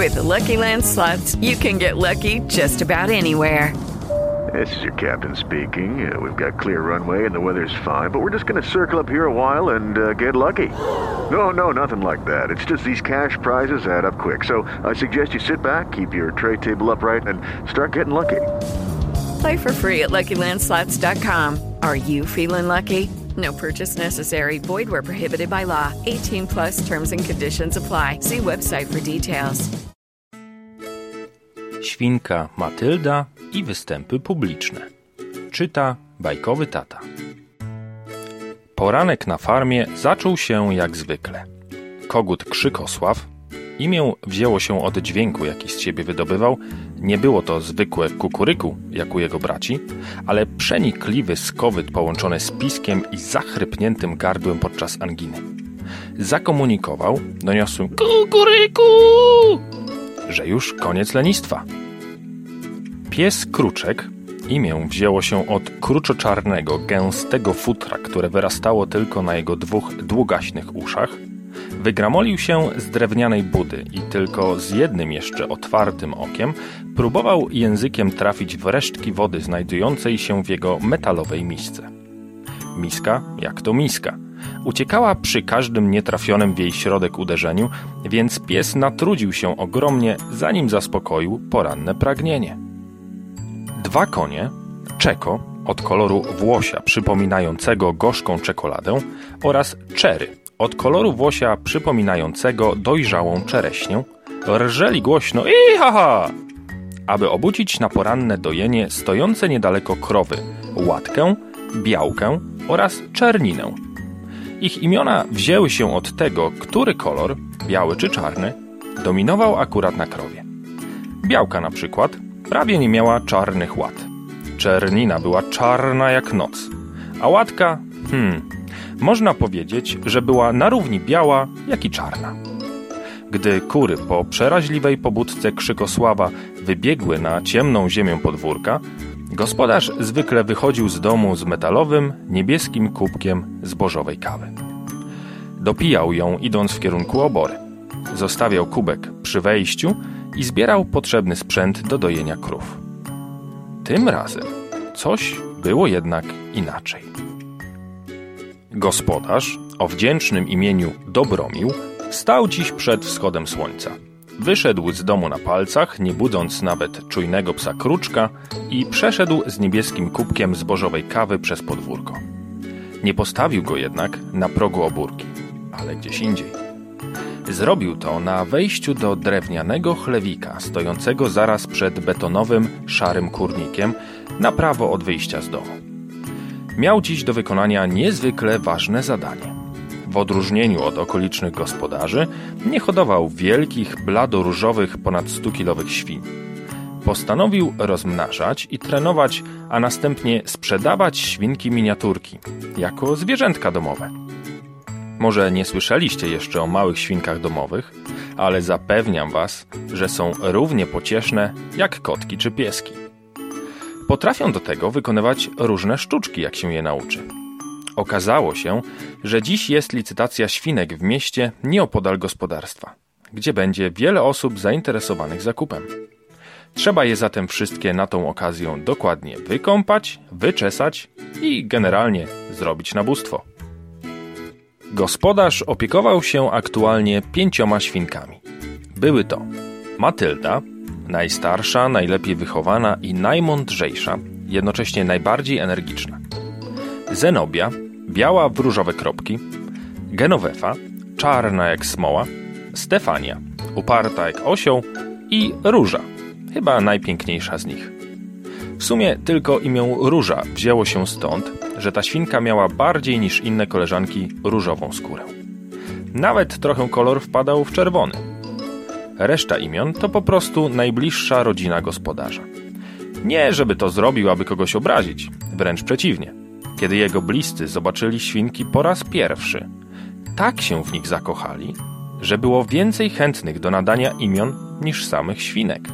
With the Lucky Land Slots, you can get lucky just about anywhere. This is your captain speaking. We've got clear runway and the weather's fine, but we're just going to circle up here a while and get lucky. No, nothing like that. It's just these cash prizes add up quick. So I suggest you sit back, keep your tray table upright, and start getting lucky. Play for free at LuckyLandSlots.com. Are you feeling lucky? No purchase necessary. Void where prohibited by law. 18 plus terms and conditions apply. See website for details. Świnka Matylda i występy publiczne. Czyta bajkowy tata. Poranek na farmie zaczął się jak zwykle. Kogut Krzykosław, imię wzięło się od dźwięku, jaki z siebie wydobywał. Nie było to zwykłe kukuryku, jak u jego braci, ale przenikliwy skowyt połączony z piskiem i zachrypniętym gardłem podczas anginy. Zakomunikował doniosłym kukuryku, że już koniec lenistwa. Pies Kruczek, imię wzięło się od kruczoczarnego, gęstego futra, które wyrastało tylko na jego 2 długaśnych uszach, wygramolił się z drewnianej budy i tylko z jednym jeszcze otwartym okiem próbował językiem trafić w resztki wody znajdującej się w jego metalowej misce. Miska, jak to miska, uciekała przy każdym nietrafionym w jej środek uderzeniu, więc pies natrudził się ogromnie, zanim zaspokoił poranne pragnienie. 2 konie, Czeko, od koloru włosia przypominającego gorzką czekoladę, oraz Czery, od koloru włosia przypominającego dojrzałą czereśnię, rżeli głośno i haha, aby obudzić na poranne dojenie stojące niedaleko krowy Łatkę, Białkę oraz Czerninę. Ich imiona wzięły się od tego, który kolor, biały czy czarny, dominował akurat na krowie. Białka na przykład prawie nie miała czarnych łat. Czernina była czarna jak noc, a Łatka, można powiedzieć, że była na równi biała, jak i czarna. Gdy kury po przeraźliwej pobudce Krzykosława wybiegły na ciemną ziemię podwórka, gospodarz zwykle wychodził z domu z metalowym, niebieskim kubkiem zbożowej kawy. Dopijał ją, idąc w kierunku obory. Zostawiał kubek przy wejściu i zbierał potrzebny sprzęt do dojenia krów. Tym razem coś było jednak inaczej. Gospodarz, o wdzięcznym imieniu Dobromił, stał dziś przed wschodem słońca. Wyszedł z domu na palcach, nie budząc nawet czujnego psa Kruczka, i przeszedł z niebieskim kubkiem zbożowej kawy przez podwórko. Nie postawił go jednak na progu obórki, ale gdzieś indziej. Zrobił to na wejściu do drewnianego chlewika stojącego zaraz przed betonowym, szarym kurnikiem na prawo od wyjścia z domu. Miał dziś do wykonania niezwykle ważne zadanie. W odróżnieniu od okolicznych gospodarzy nie hodował wielkich, bladoróżowych, ponad 100-kilowych świń. Postanowił rozmnażać i trenować, a następnie sprzedawać świnki miniaturki, jako zwierzętka domowe. Może nie słyszeliście jeszcze o małych świnkach domowych, ale zapewniam was, że są równie pocieszne jak kotki czy pieski. Potrafią do tego wykonywać różne sztuczki, jak się je nauczy. Okazało się, że dziś jest licytacja świnek w mieście nieopodal gospodarstwa, gdzie będzie wiele osób zainteresowanych zakupem. Trzeba je zatem wszystkie na tą okazję dokładnie wykąpać, wyczesać i generalnie zrobić na bóstwo. Gospodarz opiekował się aktualnie 5 świnkami. Były to Matylda, najstarsza, najlepiej wychowana i najmądrzejsza, jednocześnie najbardziej energiczna. Zenobia, biała w różowe kropki. Genovefa, czarna jak smoła. Stefania, uparta jak osioł. I Róża, chyba najpiękniejsza z nich. W sumie tylko imię Róża wzięło się stąd, że ta świnka miała bardziej niż inne koleżanki różową skórę. Nawet trochę kolor wpadał w czerwony. Reszta imion to po prostu najbliższa rodzina gospodarza. Nie, żeby to zrobił, aby kogoś obrazić, wręcz przeciwnie. Kiedy jego bliscy zobaczyli świnki po raz pierwszy, tak się w nich zakochali, że było więcej chętnych do nadania imion niż samych świnek.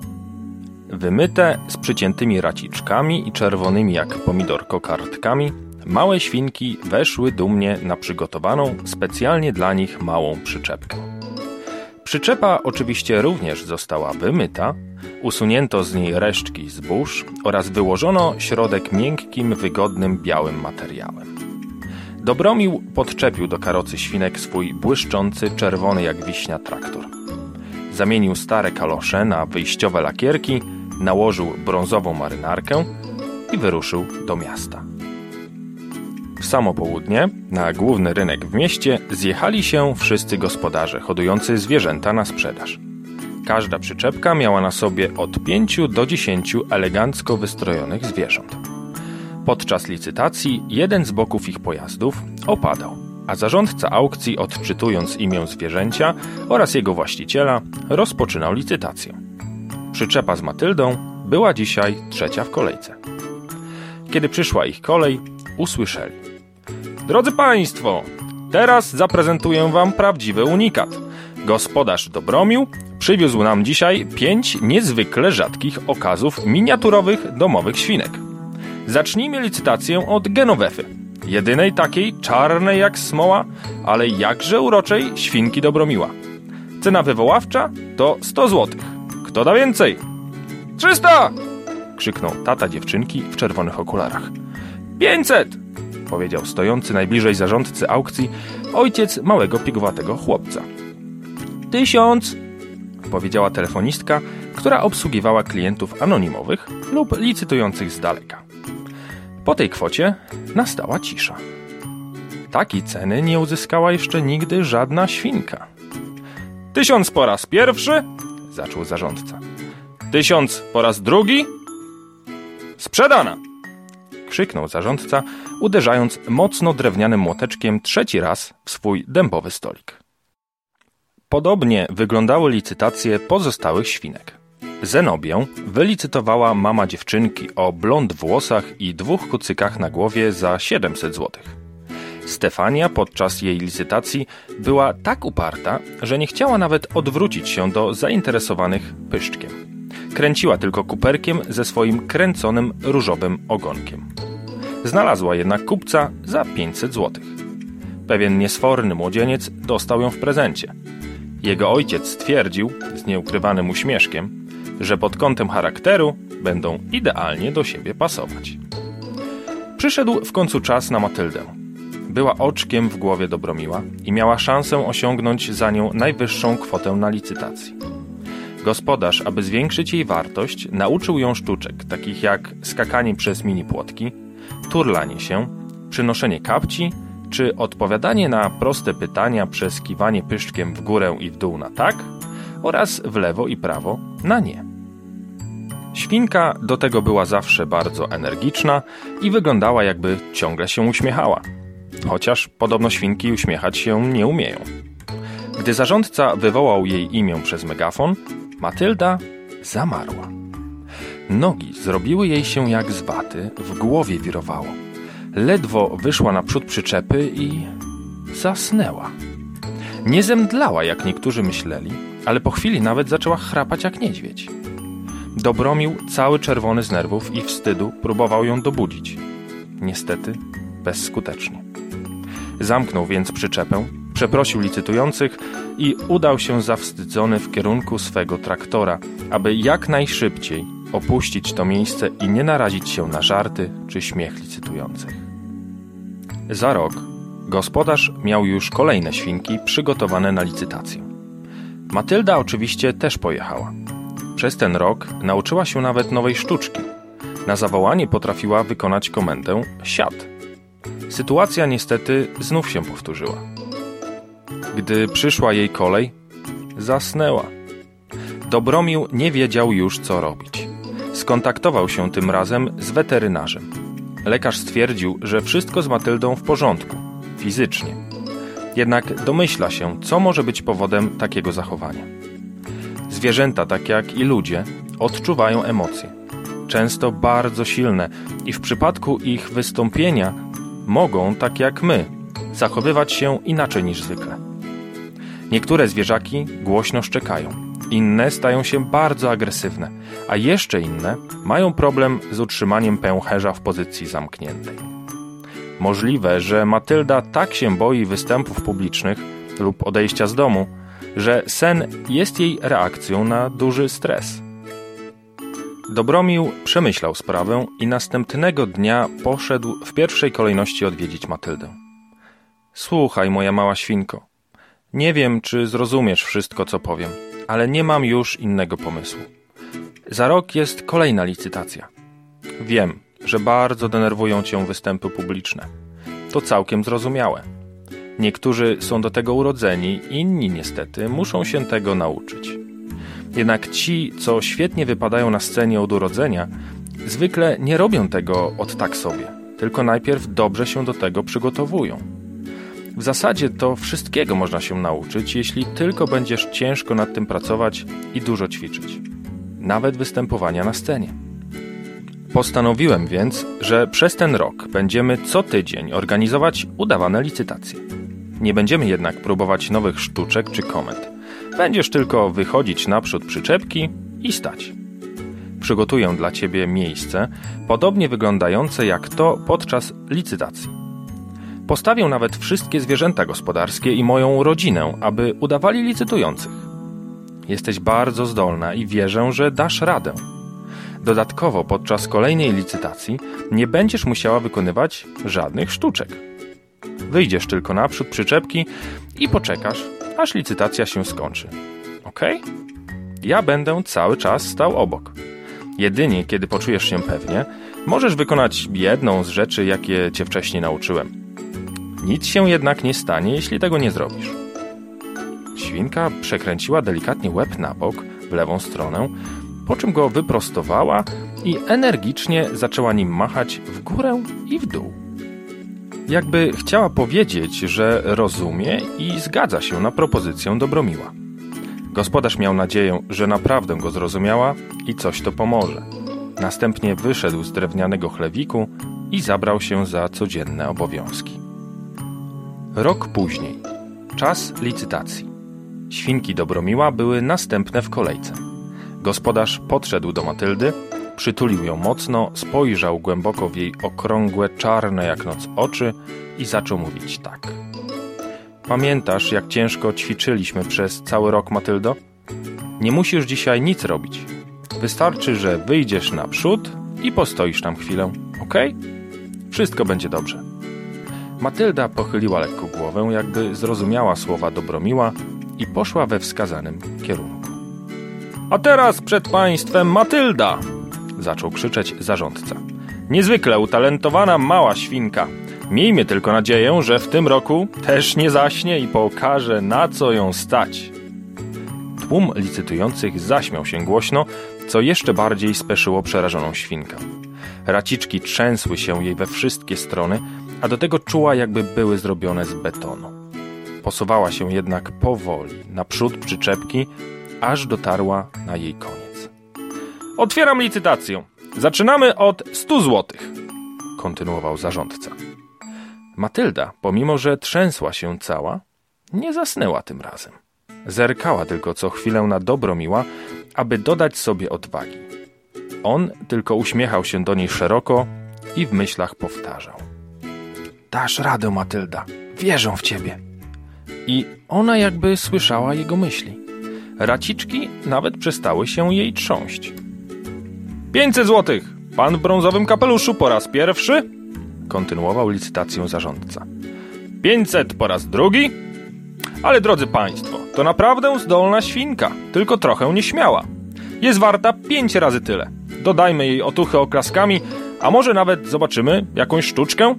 Wymyte z przyciętymi raciczkami i czerwonymi jak pomidorko kartkami, małe świnki weszły dumnie na przygotowaną specjalnie dla nich małą przyczepkę. Przyczepa oczywiście również została wymyta, usunięto z niej resztki zbóż oraz wyłożono środek miękkim, wygodnym, białym materiałem. Dobromił podczepił do karocy świnek swój błyszczący, czerwony jak wiśnia traktor. Zamienił stare kalosze na wyjściowe lakierki, nałożył brązową marynarkę i wyruszył do miasta. W samo południe na główny rynek w mieście zjechali się wszyscy gospodarze hodujący zwierzęta na sprzedaż. Każda przyczepka miała na sobie od 5 do 10 elegancko wystrojonych zwierząt. Podczas licytacji jeden z boków ich pojazdów opadał, a zarządca aukcji, odczytując imię zwierzęcia oraz jego właściciela, rozpoczynał licytację. Przyczepa z Matyldą była dzisiaj trzecia w kolejce. Kiedy przyszła ich kolej, usłyszeli: Drodzy Państwo, teraz zaprezentuję Wam prawdziwy unikat. Gospodarz Dobromił przywiózł nam dzisiaj 5 niezwykle rzadkich okazów miniaturowych domowych świnek. Zacznijmy licytację od Genowefy, jedynej takiej czarnej jak smoła, ale jakże uroczej świnki Dobromiła. Cena wywoławcza to 100 zł. Kto da więcej? 300! Krzyknął tata dziewczynki w czerwonych okularach. 500! Powiedział stojący najbliżej zarządcy aukcji ojciec małego pigowatego chłopca. 1000! Powiedziała telefonistka, która obsługiwała klientów anonimowych lub licytujących z daleka. Po tej kwocie nastała cisza. Takiej ceny nie uzyskała jeszcze nigdy żadna świnka. 1000 po raz pierwszy? Zaczął zarządca. 1000 po raz drugi? Sprzedana! Krzyknął zarządca, uderzając mocno drewnianym młoteczkiem 3. raz w swój dębowy stolik. Podobnie wyglądały licytacje pozostałych świnek. Zenobię wylicytowała mama dziewczynki o blond włosach i 2 kucykach na głowie za 700 zł. Stefania podczas jej licytacji była tak uparta, że nie chciała nawet odwrócić się do zainteresowanych pyszczkiem. Kręciła tylko kuperkiem ze swoim kręconym różowym ogonkiem. Znalazła jednak kupca za 500 zł. Pewien niesforny młodzieniec dostał ją w prezencie. Jego ojciec stwierdził z nieukrywanym uśmieszkiem, że pod kątem charakteru będą idealnie do siebie pasować. Przyszedł w końcu czas na Matyldę. Była oczkiem w głowie Dobromiła i miała szansę osiągnąć za nią najwyższą kwotę na licytacji. Gospodarz, aby zwiększyć jej wartość, nauczył ją sztuczek, takich jak skakanie przez mini płotki, turlanie się, przynoszenie kapci, czy odpowiadanie na proste pytania przez kiwanie pyszczkiem w górę i w dół na tak oraz w lewo i prawo na nie. Świnka do tego była zawsze bardzo energiczna i wyglądała, jakby ciągle się uśmiechała. Chociaż podobno świnki uśmiechać się nie umieją. Gdy zarządca wywołał jej imię przez megafon, Matylda zamarła. Nogi zrobiły jej się jak z waty, w głowie wirowało. Ledwo wyszła naprzód przyczepy i zasnęła. Nie zemdlała, jak niektórzy myśleli, ale po chwili nawet zaczęła chrapać jak niedźwiedź. Dobromił, cały czerwony z nerwów i wstydu, próbował ją dobudzić. Niestety bezskutecznie. Zamknął więc przyczepę, przeprosił licytujących i udał się zawstydzony w kierunku swego traktora, aby jak najszybciej opuścić to miejsce i nie narazić się na żarty czy śmiech licytujących. Za rok gospodarz miał już kolejne świnki przygotowane na licytację. Matylda oczywiście też pojechała. Przez ten rok nauczyła się nawet nowej sztuczki. Na zawołanie potrafiła wykonać komendę siad. Sytuacja niestety znów się powtórzyła. Gdy przyszła jej kolej, zasnęła. Dobromił nie wiedział już, co robić. Skontaktował się tym razem z weterynarzem. Lekarz stwierdził, że wszystko z Matyldą w porządku, fizycznie. Jednak domyśla się, co może być powodem takiego zachowania. Zwierzęta, tak jak i ludzie, odczuwają emocje. Często bardzo silne i w przypadku ich wystąpienia mogą, tak jak my, zachowywać się inaczej niż zwykle. Niektóre zwierzaki głośno szczekają, inne stają się bardzo agresywne, a jeszcze inne mają problem z utrzymaniem pęcherza w pozycji zamkniętej. Możliwe, że Matylda tak się boi występów publicznych lub odejścia z domu, że sen jest jej reakcją na duży stres. Dobromił przemyślał sprawę i następnego dnia poszedł w pierwszej kolejności odwiedzić Matyldę. Słuchaj, moja mała świnko, nie wiem, czy zrozumiesz wszystko, co powiem, ale nie mam już innego pomysłu. Za rok jest kolejna licytacja. Wiem, że bardzo denerwują cię występy publiczne. To całkiem zrozumiałe. Niektórzy są do tego urodzeni, inni niestety muszą się tego nauczyć. Jednak ci, co świetnie wypadają na scenie od urodzenia, zwykle nie robią tego od tak sobie, tylko najpierw dobrze się do tego przygotowują. W zasadzie to wszystkiego można się nauczyć, jeśli tylko będziesz ciężko nad tym pracować i dużo ćwiczyć. Nawet występowania na scenie. Postanowiłem więc, że przez ten rok będziemy co tydzień organizować udawane licytacje. Nie będziemy jednak próbować nowych sztuczek czy komend. Będziesz tylko wychodzić naprzód przyczepki i stać. Przygotuję dla ciebie miejsce, podobnie wyglądające jak to podczas licytacji. Postawię nawet wszystkie zwierzęta gospodarskie i moją rodzinę, aby udawali licytujących. Jesteś bardzo zdolna i wierzę, że dasz radę. Dodatkowo podczas kolejnej licytacji nie będziesz musiała wykonywać żadnych sztuczek. Wyjdziesz tylko naprzód przyczepki i poczekasz, aż licytacja się skończy. Okej? Ja będę cały czas stał obok. Jedynie, kiedy poczujesz się pewnie, możesz wykonać jedną z rzeczy, jakie cię wcześniej nauczyłem. Nic się jednak nie stanie, jeśli tego nie zrobisz. Świnka przekręciła delikatnie łeb na bok, w lewą stronę, po czym go wyprostowała i energicznie zaczęła nim machać w górę i w dół. Jakby chciała powiedzieć, że rozumie i zgadza się na propozycję Dobromiła. Gospodarz miał nadzieję, że naprawdę go zrozumiała i coś to pomoże. Następnie wyszedł z drewnianego chlewiku i zabrał się za codzienne obowiązki. Rok później. Czas licytacji. Świnki Dobromiła były następne w kolejce. Gospodarz podszedł do Matyldy, przytulił ją mocno, spojrzał głęboko w jej okrągłe, czarne jak noc oczy i zaczął mówić tak. Pamiętasz, jak ciężko ćwiczyliśmy przez cały rok, Matyldo? Nie musisz dzisiaj nic robić. Wystarczy, że wyjdziesz naprzód i postoisz tam chwilę, okej? Wszystko będzie dobrze. Matylda pochyliła lekko głowę, jakby zrozumiała słowa Dobromiła i poszła we wskazanym kierunku. A teraz przed państwem Matylda! Zaczął krzyczeć zarządca. Niezwykle utalentowana mała świnka. Miejmy tylko nadzieję, że w tym roku też nie zaśnie i pokaże, na co ją stać. Tłum licytujących zaśmiał się głośno, co jeszcze bardziej speszyło przerażoną świnkę. Raciczki trzęsły się jej we wszystkie strony, a do tego czuła, jakby były zrobione z betonu. Posuwała się jednak powoli naprzód przyczepki, aż dotarła na jej koniec. Otwieram licytację. Zaczynamy od 100 złotych, kontynuował zarządca. Matylda, pomimo że trzęsła się cała, nie zasnęła tym razem. Zerkała tylko co chwilę na Dobromiła, aby dodać sobie odwagi. On tylko uśmiechał się do niej szeroko i w myślach powtarzał. Dasz radę, Matylda. Wierzę w ciebie. I ona jakby słyszała jego myśli. Raciczki nawet przestały się jej trząść. 500 złotych! Pan w brązowym kapeluszu po raz pierwszy? Kontynuował licytację zarządca. 500 po raz drugi? Ale drodzy państwo, to naprawdę zdolna świnka, tylko trochę nieśmiała. Jest warta 5 razy tyle. Dodajmy jej otuchy oklaskami, a może nawet zobaczymy jakąś sztuczkę?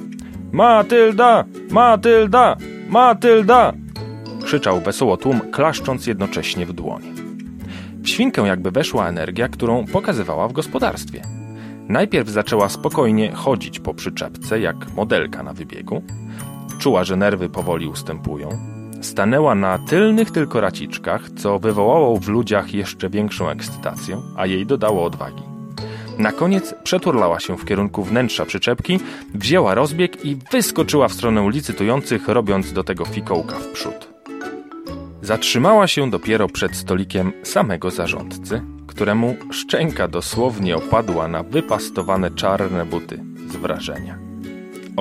Matylda! Matylda! Matylda! Krzyczał wesoło tłum, klaszcząc jednocześnie w dłonie. W świnkę jakby weszła energia, którą pokazywała w gospodarstwie. Najpierw zaczęła spokojnie chodzić po przyczepce, jak modelka na wybiegu. Czuła, że nerwy powoli ustępują. Stanęła na tylnych tylko raciczkach, co wywołało w ludziach jeszcze większą ekscytację, a jej dodało odwagi. Na koniec przeturlała się w kierunku wnętrza przyczepki, wzięła rozbieg i wyskoczyła w stronę licytujących, robiąc do tego fikołka w przód. Zatrzymała się dopiero przed stolikiem samego zarządcy, któremu szczęka dosłownie opadła na wypastowane czarne buty z wrażenia.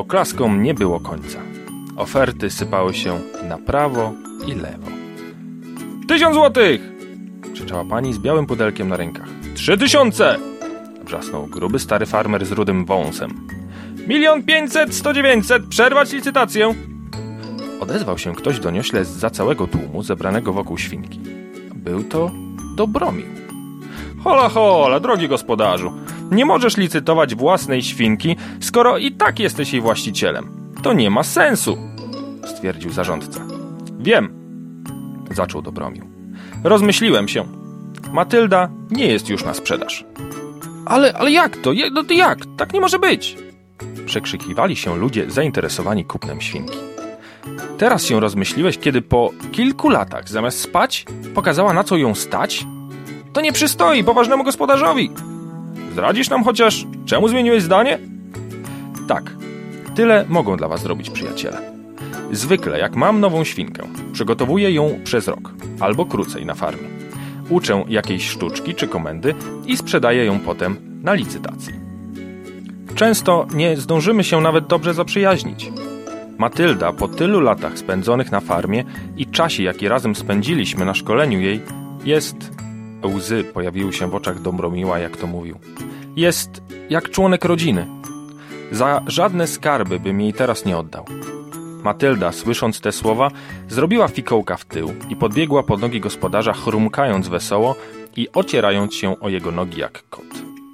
Oklaskom nie było końca. Oferty sypały się na prawo i lewo. 1000 złotych! Krzyczała pani z białym pudelkiem na rękach. 3000! Wrzasnął gruby stary farmer z rudym wąsem. 1 500 100 900! Przerwać licytację! Odezwał się ktoś doniośle zza całego tłumu zebranego wokół świnki. Był to Dobromił. Hola, hola, drogi gospodarzu. Nie możesz licytować własnej świnki, skoro i tak jesteś jej właścicielem. To nie ma sensu, stwierdził zarządca. Wiem, zaczął Dobromił. Rozmyśliłem się. Matylda nie jest już na sprzedaż. Ale jak to? Jak? Tak nie może być! Przekrzykiwali się ludzie zainteresowani kupnem świnki. Teraz się rozmyśliłeś, kiedy po kilku latach zamiast spać pokazała, na co ją stać? To nie przystoi poważnemu gospodarzowi. Zdradzisz nam chociaż, czemu zmieniłeś zdanie? Tak, tyle mogą dla was zrobić przyjaciele. Zwykle, jak mam nową świnkę, przygotowuję ją przez rok, albo krócej na farmie. Uczę jakiejś sztuczki czy komendy i sprzedaję ją potem na licytacji. Często nie zdążymy się nawet dobrze zaprzyjaźnić. Matylda po tylu latach spędzonych na farmie i czasie, jaki razem spędziliśmy na szkoleniu jej, jest... Łzy pojawiły się w oczach Dobromiła, jak to mówił. Jest jak członek rodziny. Za żadne skarby bym jej teraz nie oddał. Matylda, słysząc te słowa, zrobiła fikołka w tył i podbiegła pod nogi gospodarza, chrumkając wesoło i ocierając się o jego nogi jak kot.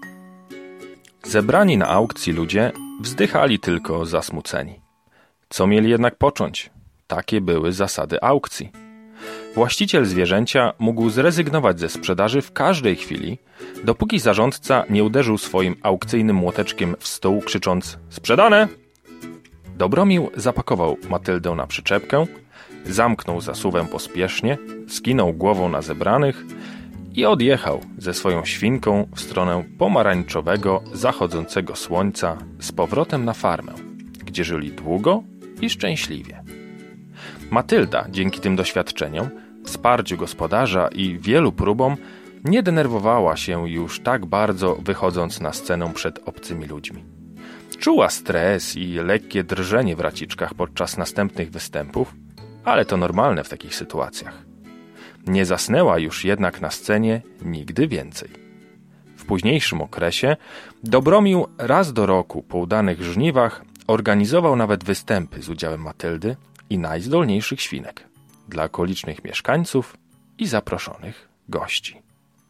Zebrani na aukcji ludzie wzdychali tylko zasmuceni. Co mieli jednak począć? Takie były zasady aukcji. Właściciel zwierzęcia mógł zrezygnować ze sprzedaży w każdej chwili, dopóki zarządca nie uderzył swoim aukcyjnym młoteczkiem w stół, krzycząc: sprzedane! Dobromił zapakował Matyldę na przyczepkę, zamknął zasuwem pospiesznie, skinął głową na zebranych i odjechał ze swoją świnką w stronę pomarańczowego, zachodzącego słońca z powrotem na farmę, gdzie żyli długo i szczęśliwie. Matylda, dzięki tym doświadczeniom, wsparciu gospodarza i wielu próbom, nie denerwowała się już tak bardzo, wychodząc na scenę przed obcymi ludźmi. Czuła stres i lekkie drżenie w raciczkach podczas następnych występów, ale to normalne w takich sytuacjach. Nie zasnęła już jednak na scenie nigdy więcej. W późniejszym okresie Dobromił raz do roku po udanych żniwach organizował nawet występy z udziałem Matyldy i najzdolniejszych świnek dla okolicznych mieszkańców i zaproszonych gości.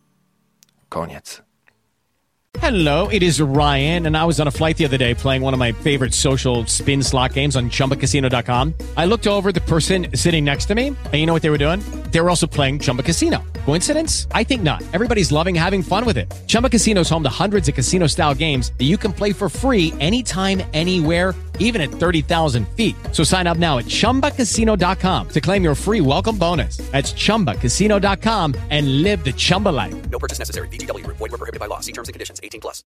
Koniec. Hello, it is Ryan, and I was on a flight the other day playing one of my favorite social spin slot games on ChumbaCasino.com. I looked over at the person sitting next to me, and you know what they were doing? They were also playing Chumba Casino. Coincidence? I think not. Everybody's loving having fun with it. Chumba Casino is home to hundreds of casino-style games that you can play for free anytime, anywhere, even at 30,000 feet. So sign up now at ChumbaCasino.com to claim your free welcome bonus. That's ChumbaCasino.com and live the Chumba life. No purchase necessary. VGW. Void where prohibited by law. See terms and conditions. 18+.